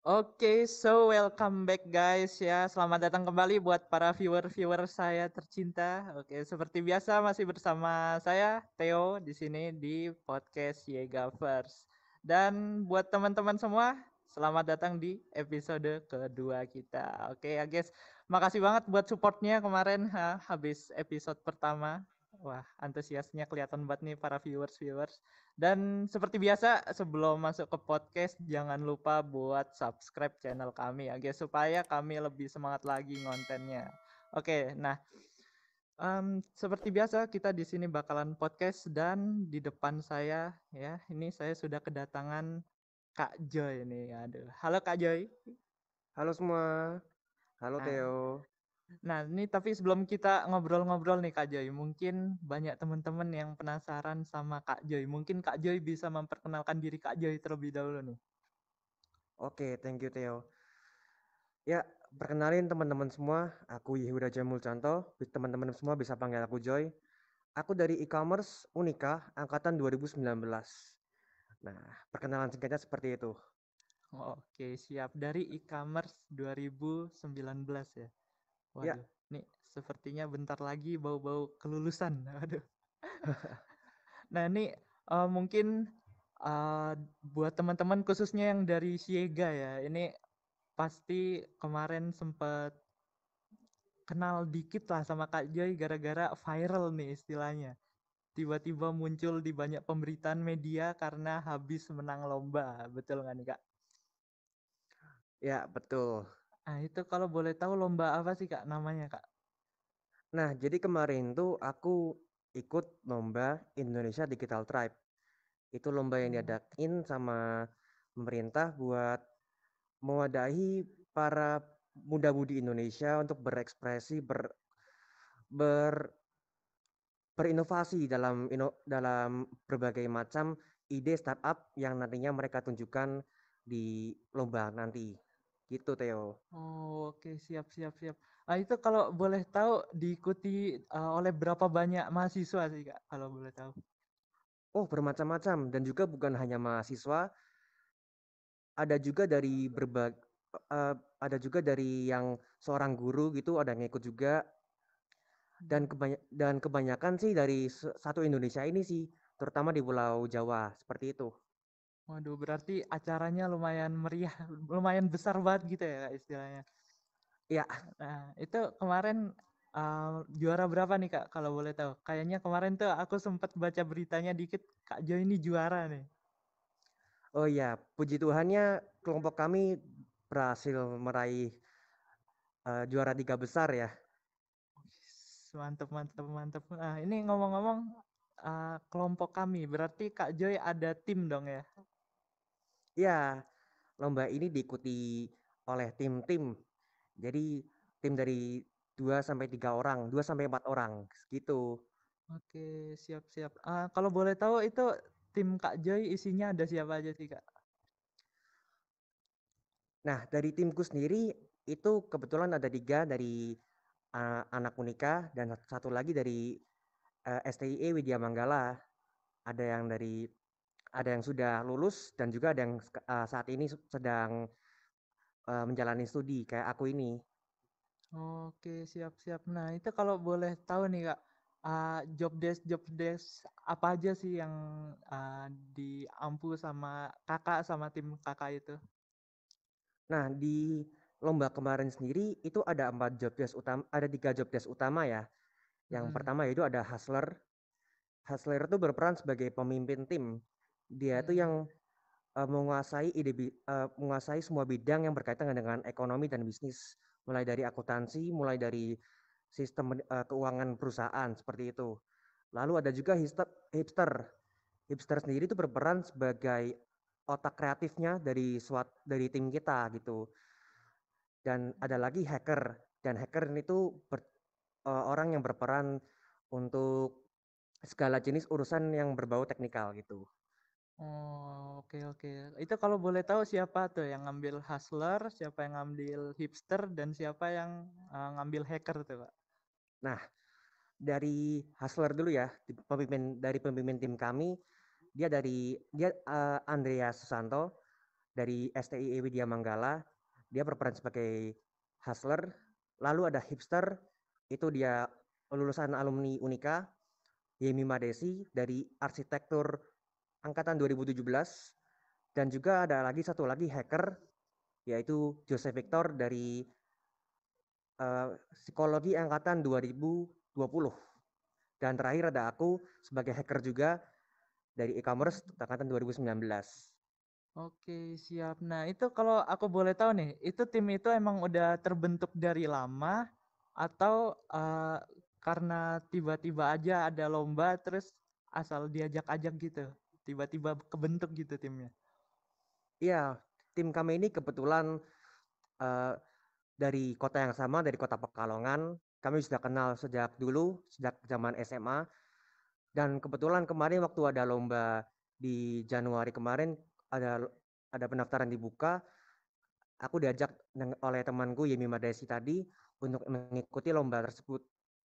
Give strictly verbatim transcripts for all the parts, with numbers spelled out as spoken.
Oke, so welcome back guys ya. Selamat datang kembali buat para viewer-viewer saya tercinta. Oke, seperti biasa masih bersama saya Theo di sini di podcast Yegavers. Dan buat teman-teman semua, selamat datang di episode kedua kita. Oke ya guys, makasih banget buat supportnya kemarin ha, habis episode pertama. Wah, antusiasnya kelihatan banget nih para viewers-viewers. Dan seperti biasa sebelum masuk ke podcast jangan lupa buat subscribe channel kami ya guys supaya kami lebih semangat lagi ngontennya. Oke, nah em, seperti biasa kita di sini bakalan podcast dan di depan saya ya ini saya sudah kedatangan Kak Joy nih. Aduh, halo Kak Joy. Halo semua, halo Nah, Theo. nah ini tapi sebelum kita ngobrol-ngobrol nih Kak Joy, mungkin banyak teman-teman yang penasaran sama Kak Joy. Mungkin Kak Joy bisa memperkenalkan diri Kak Joy terlebih dahulu nih. Oke, thank you Theo. Ya, perkenalin teman-teman semua, aku Yehuda Jamul Canto. Teman-teman semua bisa panggil aku Joy. Aku dari e-commerce Unika angkatan dua ribu sembilan belas. Nah, perkenalan singkatnya seperti itu. Oke, siap. Dari e-commerce dua ribu sembilan belas ya. Ya, Waduh, nih sepertinya bentar lagi bau-bau kelulusan. Waduh. Nah, ini eh, mungkin eh, buat teman-teman khususnya yang dari Siega ya. Ini pasti kemarin sempat kenal dikit lah sama Kak Joy gara-gara viral nih istilahnya. Tiba-tiba muncul di banyak pemberitaan media karena habis menang lomba. Betul nggak nih Kak? ya betul. Nah, itu kalau boleh tahu lomba apa sih Kak namanya Kak? Nah, jadi kemarin tuh aku ikut lomba Indonesia Digital Tribe. Itu lomba yang Oh, diadain sama pemerintah buat mewadahi para muda-mudi Indonesia untuk berekspresi ber, ber berinovasi dalam ino, dalam berbagai macam ide startup yang nantinya mereka tunjukkan di lomba nanti. Gitu Theo. oh, oke siap siap siap. Ah itu kalau boleh tahu diikuti uh, oleh berapa banyak mahasiswa sih Kak kalau boleh tahu? Oh, bermacam-macam dan juga bukan hanya mahasiswa, ada juga dari berbagai uh, ada juga dari yang seorang guru gitu, ada yang ikut juga dan Hmm. kebany dan kebanyakan sih dari satu Indonesia ini sih, terutama di Pulau Jawa seperti itu. Waduh, berarti acaranya lumayan meriah, lumayan besar banget gitu ya Kak istilahnya. Ya, Nah, itu kemarin uh, juara berapa nih Kak kalau boleh tahu? Kayaknya kemarin tuh aku sempat baca beritanya dikit Kak Jo ini juara nih. oh ya, puji Tuhannya kelompok kami berhasil meraih uh, juara tiga besar ya. Mantep mantep mantep. Nah, ini ngomong-ngomong uh, kelompok kami, berarti Kak Joy ada tim dong ya? Ya, lomba ini diikuti oleh tim-tim. Jadi tim dari dua sampai tiga orang, dua sampai empat orang gitu. Oke, siap-siap. Ah, kalau boleh tahu itu tim Kak Joy isinya ada siapa aja sih, Kak? Nah, dari timku sendiri itu kebetulan ada tiga dari uh, anak Unika dan satu lagi dari uh, S T I E Widya Manggala. Ada yang dari ada yang sudah lulus dan juga ada yang uh, saat ini sedang uh, menjalani studi kayak aku ini. Oke, siap-siap. Nah, itu kalau boleh tahu nih, Kak, ah, job desk job desk apa aja sih yang ah, diampu sama Kakak sama tim Kakak itu? Nah, di lomba kemarin sendiri itu ada empat job desk utama, ada tiga job desk utama ya. Yang Mm-mm. pertama yaitu ada hustler. Hustler itu berperan sebagai pemimpin tim. Dia itu Mm-mm. yang uh, menguasai ide uh, menguasai semua bidang yang berkaitan dengan ekonomi dan bisnis, mulai dari akuntansi, mulai dari sistem uh, keuangan perusahaan seperti itu. Lalu ada juga hipster. Hipster, hipster sendiri itu berperan sebagai otak kreatifnya dari suat dari tim kita gitu. Dan ada lagi hacker, dan hacker itu ber, uh, orang yang berperan untuk segala jenis urusan yang berbau teknikal gitu. Oh, oke oke. Itu kalau boleh tahu siapa tuh yang ngambil hustler, siapa yang ngambil hipster, dan siapa yang ah, ngambil hacker tuh, Kak? Nah, dari hustler dulu ya, pemimpin dari pemimpin tim kami, dia dari dia uh, Andreas Susanto. dari S T I Widya Manggala, dia berperan sebagai hustler. Lalu ada hipster, itu dia lulusan alumni Unika. Yemi Madesi dari arsitektur angkatan dua ribu tujuh belas. Dan juga ada lagi satu lagi hacker, yaitu Joseph Victor dari uh, psikologi angkatan dua ribu dua puluh. Dan terakhir ada aku sebagai hacker juga dari e-commerce angkatan dua ribu sembilan belas. Oke, siap. Nah, itu kalau aku boleh tahu nih, itu tim itu emang udah terbentuk dari lama atau uh, karena tiba-tiba aja ada lomba terus asal diajak-ajak gitu, tiba-tiba kebentuk gitu timnya? Iya, tim kami ini kebetulan uh, dari kota yang sama, dari kota Pekalongan. Kami sudah kenal sejak dulu, sejak zaman S M A. Dan kebetulan kemarin waktu ada lomba di Januari kemarin, ada ada pendaftaran dibuka, aku diajak oleh temanku Yemi Madesi tadi untuk mengikuti lomba tersebut.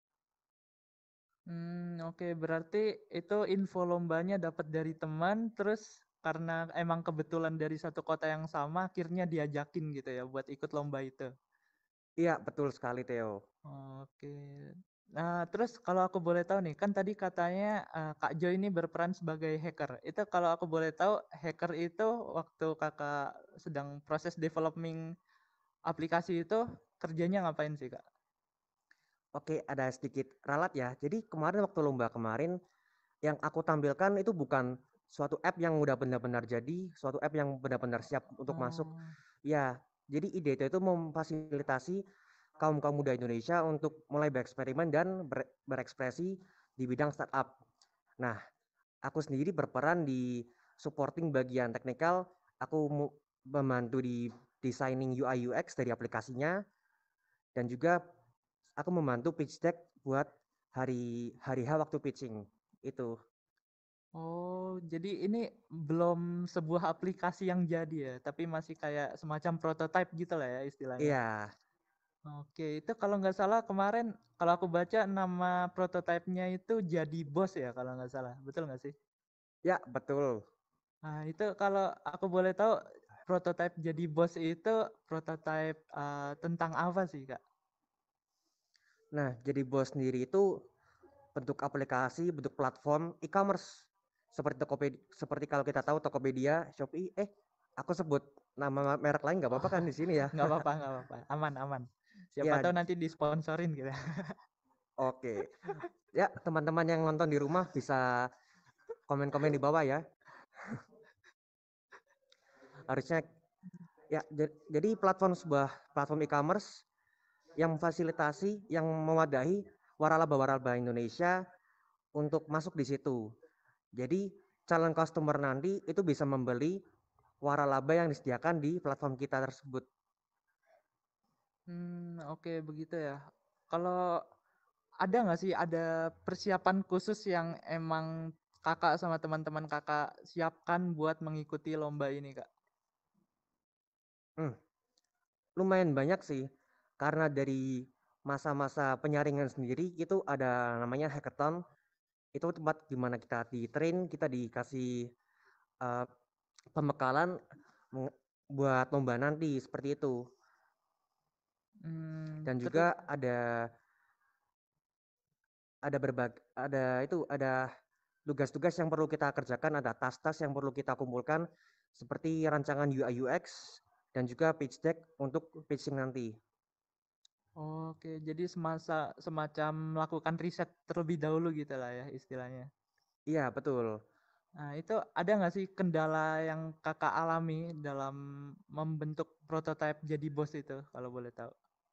Hmm, oke. Berarti itu info lombanya dapat dari teman, terus karena emang kebetulan dari satu kota yang sama, akhirnya diajakin gitu ya buat ikut lomba itu. Iya, betul sekali Theo. Oke. Nah, terus kalau aku boleh tahu nih, kan tadi katanya uh, Kak Jo ini berperan sebagai hacker. Itu kalau aku boleh tahu, hacker itu waktu kakak sedang proses developing aplikasi itu kerjanya ngapain sih, Kak? Oke, ada sedikit ralat ya. Jadi kemarin waktu lomba kemarin, yang aku tampilkan itu bukan suatu app yang udah benar-benar jadi, suatu app yang benar-benar siap untuk masuk. Oh, Ya, jadi ide itu memfasilitasi kaum kaum muda Indonesia untuk mulai bereksperimen dan ber, berekspresi di bidang startup. Nah, aku sendiri berperan di supporting bagian teknikal. Aku membantu di designing U I U X dari aplikasinya, dan juga aku membantu pitch deck buat hari hari H waktu pitching itu. oh, jadi ini belum sebuah aplikasi yang jadi ya, tapi masih kayak semacam prototype gitu lah ya istilahnya. Iya, Oke, itu kalau nggak salah kemarin kalau aku baca nama prototipenya itu jadi bos ya kalau nggak salah, betul nggak sih? ya betul. Nah itu kalau aku boleh tahu prototipe jadi bos itu prototipe uh, tentang apa sih Kak? Nah, jadi bos sendiri itu bentuk aplikasi, bentuk platform e-commerce seperti Tokopedia, seperti kalau kita tahu Tokopedia, Shopee. Eh, aku sebut nama merek lain nggak Oh, apa-apa kan di sini ya? nggak apa-apa, nggak apa-apa, aman aman. Siapa Ya, tahu nanti disponsorin gitu. oke. Ya, teman-teman yang nonton di rumah bisa komen-komen di bawah ya. Harusnya ya, jadi platform sebuah platform e-commerce yang memfasilitasi, yang mewadahi waralaba-waralaba Indonesia untuk masuk di situ. Jadi calon customer nanti itu bisa membeli waralaba yang disediakan di platform kita tersebut. Hmm, oke begitu ya. Kalau ada nggak sih ada persiapan khusus yang emang kakak sama teman-teman kakak siapkan buat mengikuti lomba ini Kak? Hmm, lumayan banyak sih, karena dari masa-masa penyaringan sendiri itu ada namanya hackathon. Itu tempat di mana kita di train, kita dikasih uh, pembekalan buat lomba nanti seperti itu. Hmm, Dan terus juga ada ada berbagai ada itu ada tugas-tugas yang perlu kita kerjakan, ada tas-tas yang perlu kita kumpulkan seperti rancangan U I U X dan juga pitch deck untuk pitching nanti. oke, jadi semasa semacam melakukan riset terlebih dahulu gitu lah ya istilahnya. Iya, betul. Nah, itu ada nggak sih kendala yang kakak alami dalam membentuk prototipe jadi bos itu, kalau boleh tahu?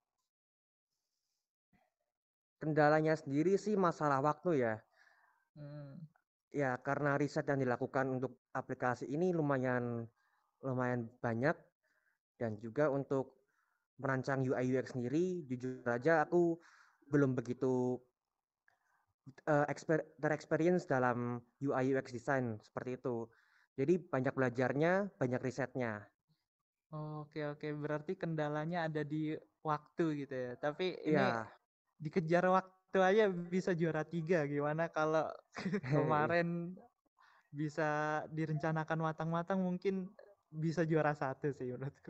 Kendalanya sendiri sih masalah waktu ya. Hmm. Ya, karena riset yang dilakukan untuk aplikasi ini lumayan lumayan banyak, dan juga untuk merancang U I U X sendiri jujur aja aku belum begitu uh, exper terexperience dalam U I U X design seperti itu. Jadi banyak belajarnya, banyak risetnya. Oke oke, berarti kendalanya ada di waktu gitu ya. Tapi ini Iya. dikejar waktu aja bisa juara tiga. Gimana kalau kemarin bisa direncanakan matang-matang mungkin bisa juara satu sih menurutku.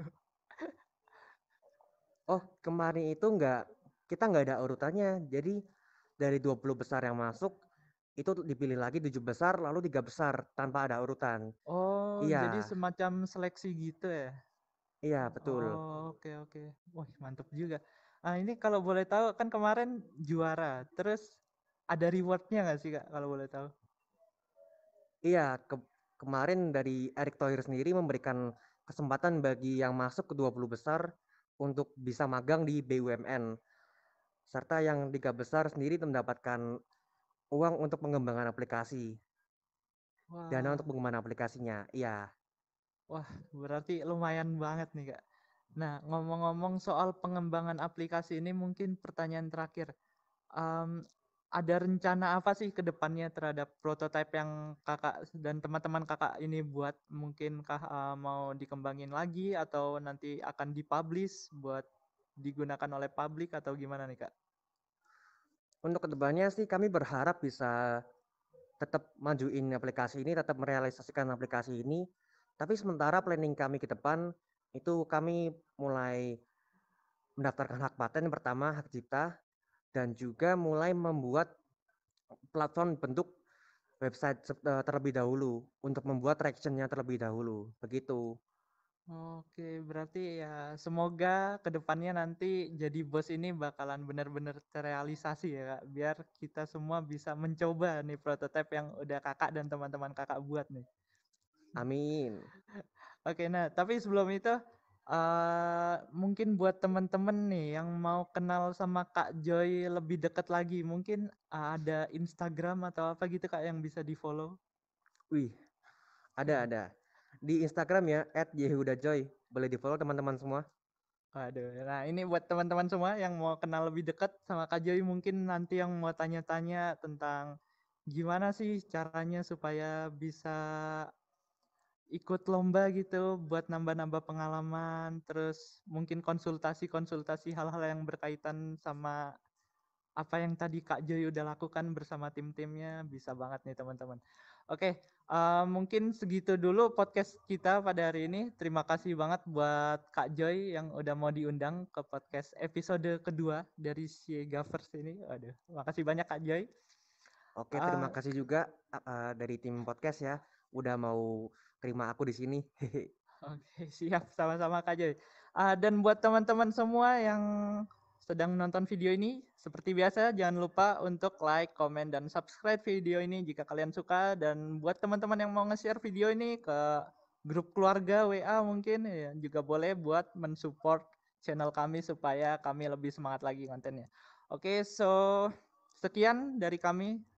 Oh, kemarin itu nggak, kita nggak ada urutannya. Jadi dari dua puluh besar yang masuk, itu dipilih lagi tujuh besar, lalu tiga besar tanpa ada urutan. Oh, jadi Iya, semacam seleksi gitu ya? iya betul. Oh, oke oke. Wah, mantap juga. Ah, ini kalau boleh tahu kan kemarin juara. Terus ada rewardnya nggak sih Kak kalau boleh tahu? Iya, ke kemarin dari Erick Thohir sendiri memberikan kesempatan bagi yang masuk ke dua puluh besar untuk bisa magang di B U M N. Serta yang tiga besar sendiri mendapatkan uang untuk pengembangan aplikasi, dana Wah, untuk pengembangan aplikasinya. Iya, wah, berarti lumayan banget nih Kak. Nah, ngomong-ngomong soal pengembangan aplikasi ini mungkin pertanyaan terakhir. Em, ada rencana apa sih ke depannya terhadap prototipe yang kakak dan teman-teman kakak ini buat? Mungkinkah eh, mau dikembangin lagi atau nanti akan dipublish buat digunakan oleh publik atau gimana nih kak? untuk kedepannya sih kami berharap bisa tetap majuin aplikasi ini, tetap merealisasikan aplikasi ini. Tapi sementara planning kami ke depan itu kami mulai mendaftarkan hak paten pertama, hak cipta, dan juga mulai membuat platform bentuk website eh, terlebih dahulu untuk membuat tractionnya terlebih dahulu. Begitu. Oke, berarti ya semoga kedepannya nanti jadi bos ini bakalan benar-benar terrealisasi ya kak. Biar kita semua bisa mencoba nih prototipe yang udah kakak dan teman-teman kakak buat nih. Amin. Oke, nah tapi sebelum itu eh mungkin buat teman-teman nih yang mau kenal sama Kak Joy lebih dekat lagi, mungkin eh, ada Instagram atau apa gitu Kak yang bisa di-follow? Wih, ada ada. Di Instagram ya at yehudajoy. Boleh di-follow teman-teman semua. Waduh, nah ini buat teman-teman semua yang mau kenal lebih dekat sama Kak Joy, mungkin nanti yang mau tanya-tanya tentang gimana sih caranya supaya bisa ikut lomba gitu buat nambah-nambah pengalaman, terus mungkin konsultasi-konsultasi hal-hal yang berkaitan sama apa yang tadi Kak Joy udah lakukan bersama tim-timnya, bisa banget nih teman-teman. Oke, uh, mungkin segitu dulu podcast kita pada hari ini. Terima kasih banget buat Kak Joy yang udah mau diundang ke podcast episode kedua dari Siegavers ini. Waduh, makasih banyak Kak Joy. Oke, terima Uh, kasih juga uh, dari tim podcast ya udah mau terima aku di sini. Oke, siap sama-sama Kak Joy. Ah, dan buat teman-teman semua yang sedang nonton video ini, seperti biasa jangan lupa untuk like, comment, dan subscribe video ini jika kalian suka. Dan buat teman-teman yang mau nge-share video ini ke grup keluarga W A mungkin ya, juga boleh buat mensupport channel kami supaya kami lebih semangat lagi kontennya. Oke, so sekian dari kami.